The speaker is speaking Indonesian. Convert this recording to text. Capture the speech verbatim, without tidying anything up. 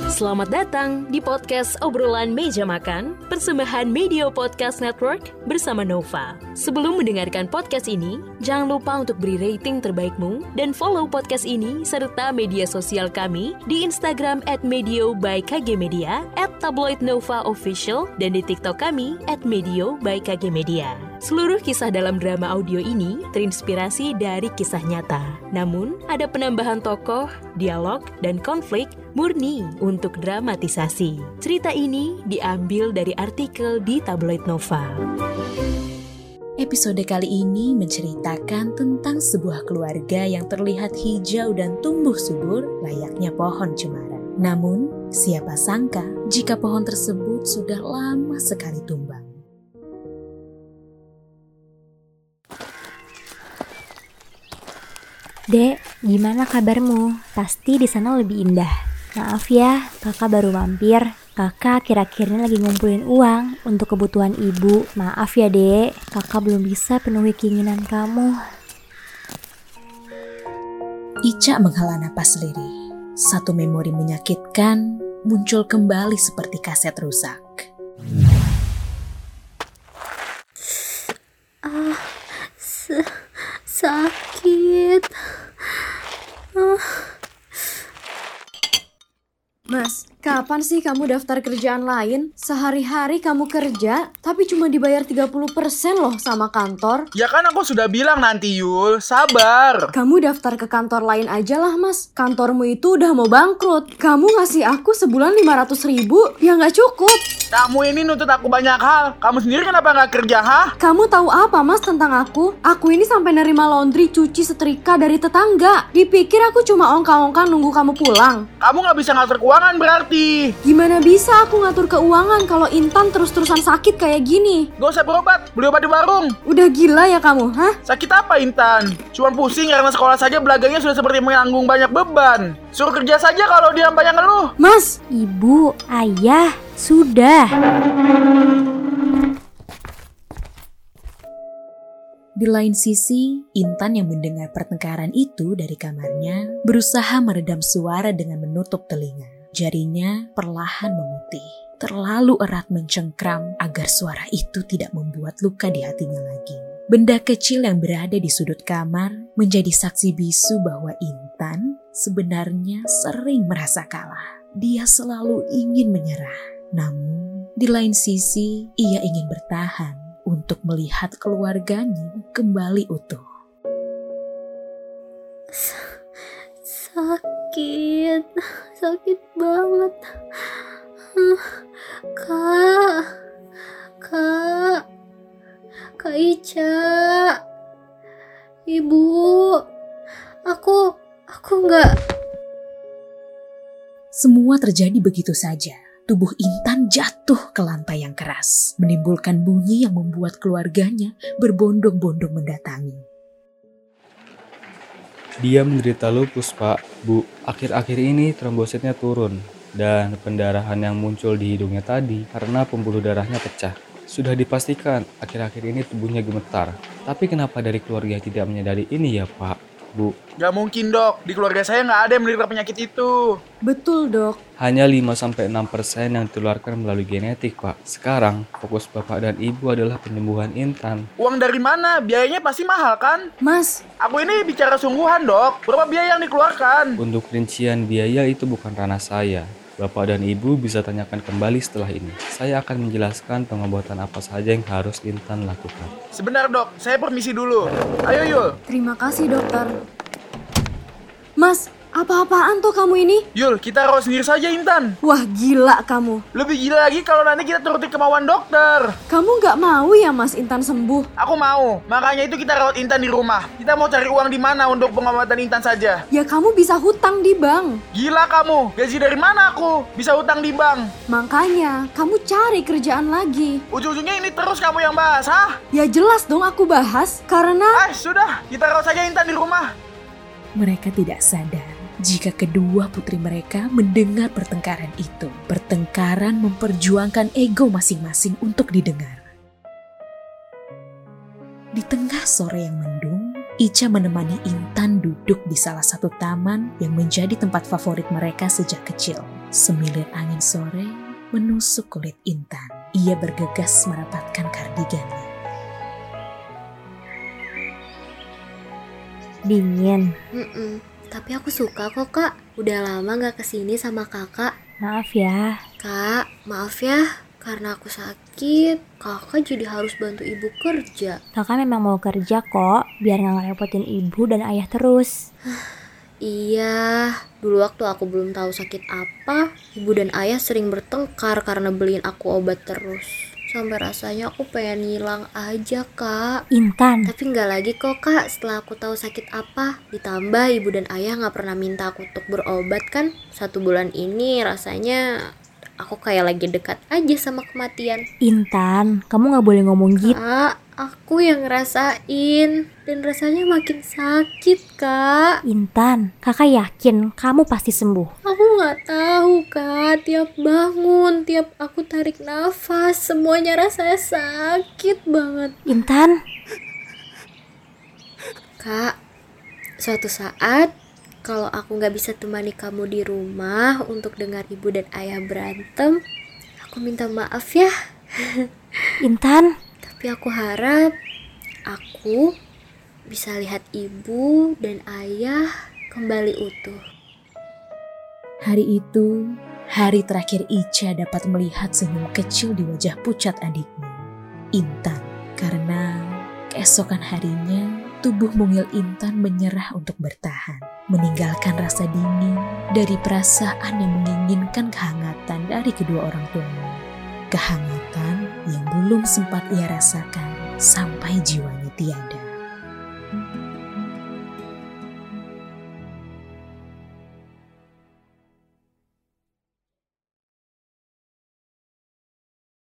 Selamat datang di podcast Obrolan Meja Makan, persembahan Media Podcast Network bersama Nova. Sebelum mendengarkan podcast ini, jangan lupa untuk beri rating terbaikmu dan follow podcast ini serta media sosial kami di Instagram at medio by K G Media, at tabloid Nova Official, dan di TikTok kami at medio by K G Media. Seluruh kisah dalam drama audio ini terinspirasi dari kisah nyata. Namun, ada penambahan tokoh, dialog, dan konflik murni untuk dramatisasi. Cerita ini diambil dari artikel di tabloid Nova. Episode kali ini menceritakan tentang sebuah keluarga yang terlihat hijau dan tumbuh subur layaknya pohon cemara. Namun, siapa sangka jika pohon tersebut sudah lama sekali tumbang. Dek, gimana kabarmu? Pasti di sana lebih indah. Maaf ya, kakak baru mampir. Kakak akhir-akhir ini lagi ngumpulin uang untuk kebutuhan ibu. Maaf ya dek, kakak belum bisa penuhi keinginan kamu. Ica menghela napas lirih. Satu memori menyakitkan muncul kembali seperti kaset rusak. Ah, se- sakit. Ah. Mas, kapan sih kamu daftar kerjaan lain? Sehari-hari kamu kerja, tapi cuma dibayar tiga puluh persen loh sama kantor. Ya kan aku sudah bilang nanti Yul, sabar. Kamu daftar ke kantor lain aja lah mas. Kantormu itu udah mau bangkrut. Kamu ngasih aku sebulan lima ratus ribu, ya nggak cukup. Kamu ini nuntut aku banyak hal. Kamu sendiri kenapa nggak kerja, ha? Kamu tahu apa mas tentang aku? Aku ini sampai nerima laundry cuci setrika dari tetangga. Dipikir aku cuma ongkang-ongkang nunggu kamu pulang. Kamu nggak bisa ngatur keuangan berarti. Gimana bisa aku ngatur keuangan kalau Intan terus-terusan sakit kayak gini? Gak usah berobat, beli obat di warung. Udah gila ya kamu, hah? Sakit apa Intan? Cuma pusing karena sekolah saja belagangnya sudah seperti menanggung banyak beban. Suruh kerja saja kalau dia banyak ngeluh. Mas! Ibu, ayah, sudah. Di lain sisi, Intan yang mendengar pertengkaran itu dari kamarnya berusaha meredam suara dengan menutup telinga. Jarinya perlahan memutih, terlalu erat mencengkram agar suara itu tidak membuat luka di hatinya lagi. Benda kecil yang berada di sudut kamar menjadi saksi bisu bahwa Intan sebenarnya sering merasa kalah. Dia selalu ingin menyerah. Namun, di lain sisi, ia ingin bertahan untuk melihat keluarganya kembali utuh. Sakit, sakit banget. Kak, Kak, Kak Ica, Ibu, aku, aku nggak. Semua terjadi begitu saja. Tubuh Intan jatuh ke lantai yang keras, menimbulkan bunyi yang membuat keluarganya berbondong-bondong mendatangi. Dia menderita lupus, Pak. Bu, akhir-akhir ini trombositnya turun dan pendarahan yang muncul di hidungnya tadi karena pembuluh darahnya pecah. Sudah dipastikan akhir-akhir ini tubuhnya gemetar. Tapi kenapa dari keluarga tidak menyadari ini ya, Pak? Bu, Gak mungkin dok, di keluarga saya nggak ada yang menderita penyakit itu. Betul dok. hanya lima sampai enam persen yang ditularkan melalui genetik, Pak. Sekarang, fokus Bapak dan Ibu adalah penyembuhan Intan. Uang dari mana? Biayanya pasti mahal kan? Mas, Aku ini bicara sungguhan dok, berapa biaya yang dikeluarkan? Untuk rincian biaya itu bukan ranah saya. Bapak dan Ibu bisa tanyakan kembali setelah ini. Saya akan menjelaskan pengobatan apa saja yang harus Intan lakukan. Sebentar dok, saya permisi dulu. Ayo Yul. terima kasih dokter. Mas, apa-apaan tuh kamu ini? Yul, kita rawat sendiri saja Intan. Wah gila kamu. Lebih gila lagi kalau nanti kita turuti kemauan dokter. Kamu gak mau ya mas Intan sembuh? Aku mau, makanya itu kita rawat Intan di rumah. Kita mau cari uang di mana untuk pengobatan Intan saja. Ya kamu bisa hutang di bank. Gila kamu, gaji dari mana aku? Bisa hutang di bank. Makanya kamu cari kerjaan lagi. Ujung-ujungnya ini terus kamu yang bahas, hah? Ya jelas dong aku bahas. Karena Eh, sudah, kita rawat saja Intan di rumah. Mereka tidak sadar jika kedua putri mereka mendengar pertengkaran itu. Pertengkaran memperjuangkan ego masing-masing untuk didengar. Di tengah sore yang mendung, Ica menemani Intan duduk di salah satu taman yang menjadi tempat favorit mereka sejak kecil. Semilir angin sore menusuk kulit Intan. Ia bergegas merapatkan kardigannya. Dingin. Mm-mm. Tapi aku suka kok kak. Udah lama gak kesini sama kakak. Maaf ya. Kak, maaf ya. Karena aku sakit, kakak jadi harus bantu ibu kerja. Kakak memang mau kerja kok, biar gak ngerepotin ibu dan ayah terus. Iya, dulu waktu aku belum tahu sakit apa, ibu dan ayah sering bertengkar karena beliin aku obat terus. Sampai rasanya aku pengen ngilang aja kak. Intan. Tapi nggak lagi kok kak, setelah aku tahu sakit apa. Ditambah ibu dan ayah nggak pernah minta aku untuk berobat kan. Satu bulan ini rasanya aku kayak lagi dekat aja sama kematian. Intan, kamu gak boleh ngomong gitu. Kak, aku yang ngerasain. Dan rasanya makin sakit kak. Intan, kakak yakin kamu pasti sembuh. Aku gak tahu kak, tiap bangun, tiap aku tarik nafas, semuanya rasanya sakit banget. Intan. Kak, suatu saat kalau aku gak bisa temani kamu di rumah untuk dengar ibu dan ayah berantem, aku minta maaf ya. Intan. Tapi aku harap aku bisa lihat ibu dan ayah kembali utuh. Hari itu, hari terakhir Ica dapat melihat senyum kecil di wajah pucat adiknya, Intan. Karena keesokan harinya, tubuh mungil Intan menyerah untuk bertahan, meninggalkan rasa dingin dari perasaan yang menginginkan kehangatan dari kedua orang tuanya. Kehangatan yang belum sempat ia rasakan sampai jiwanya tiada.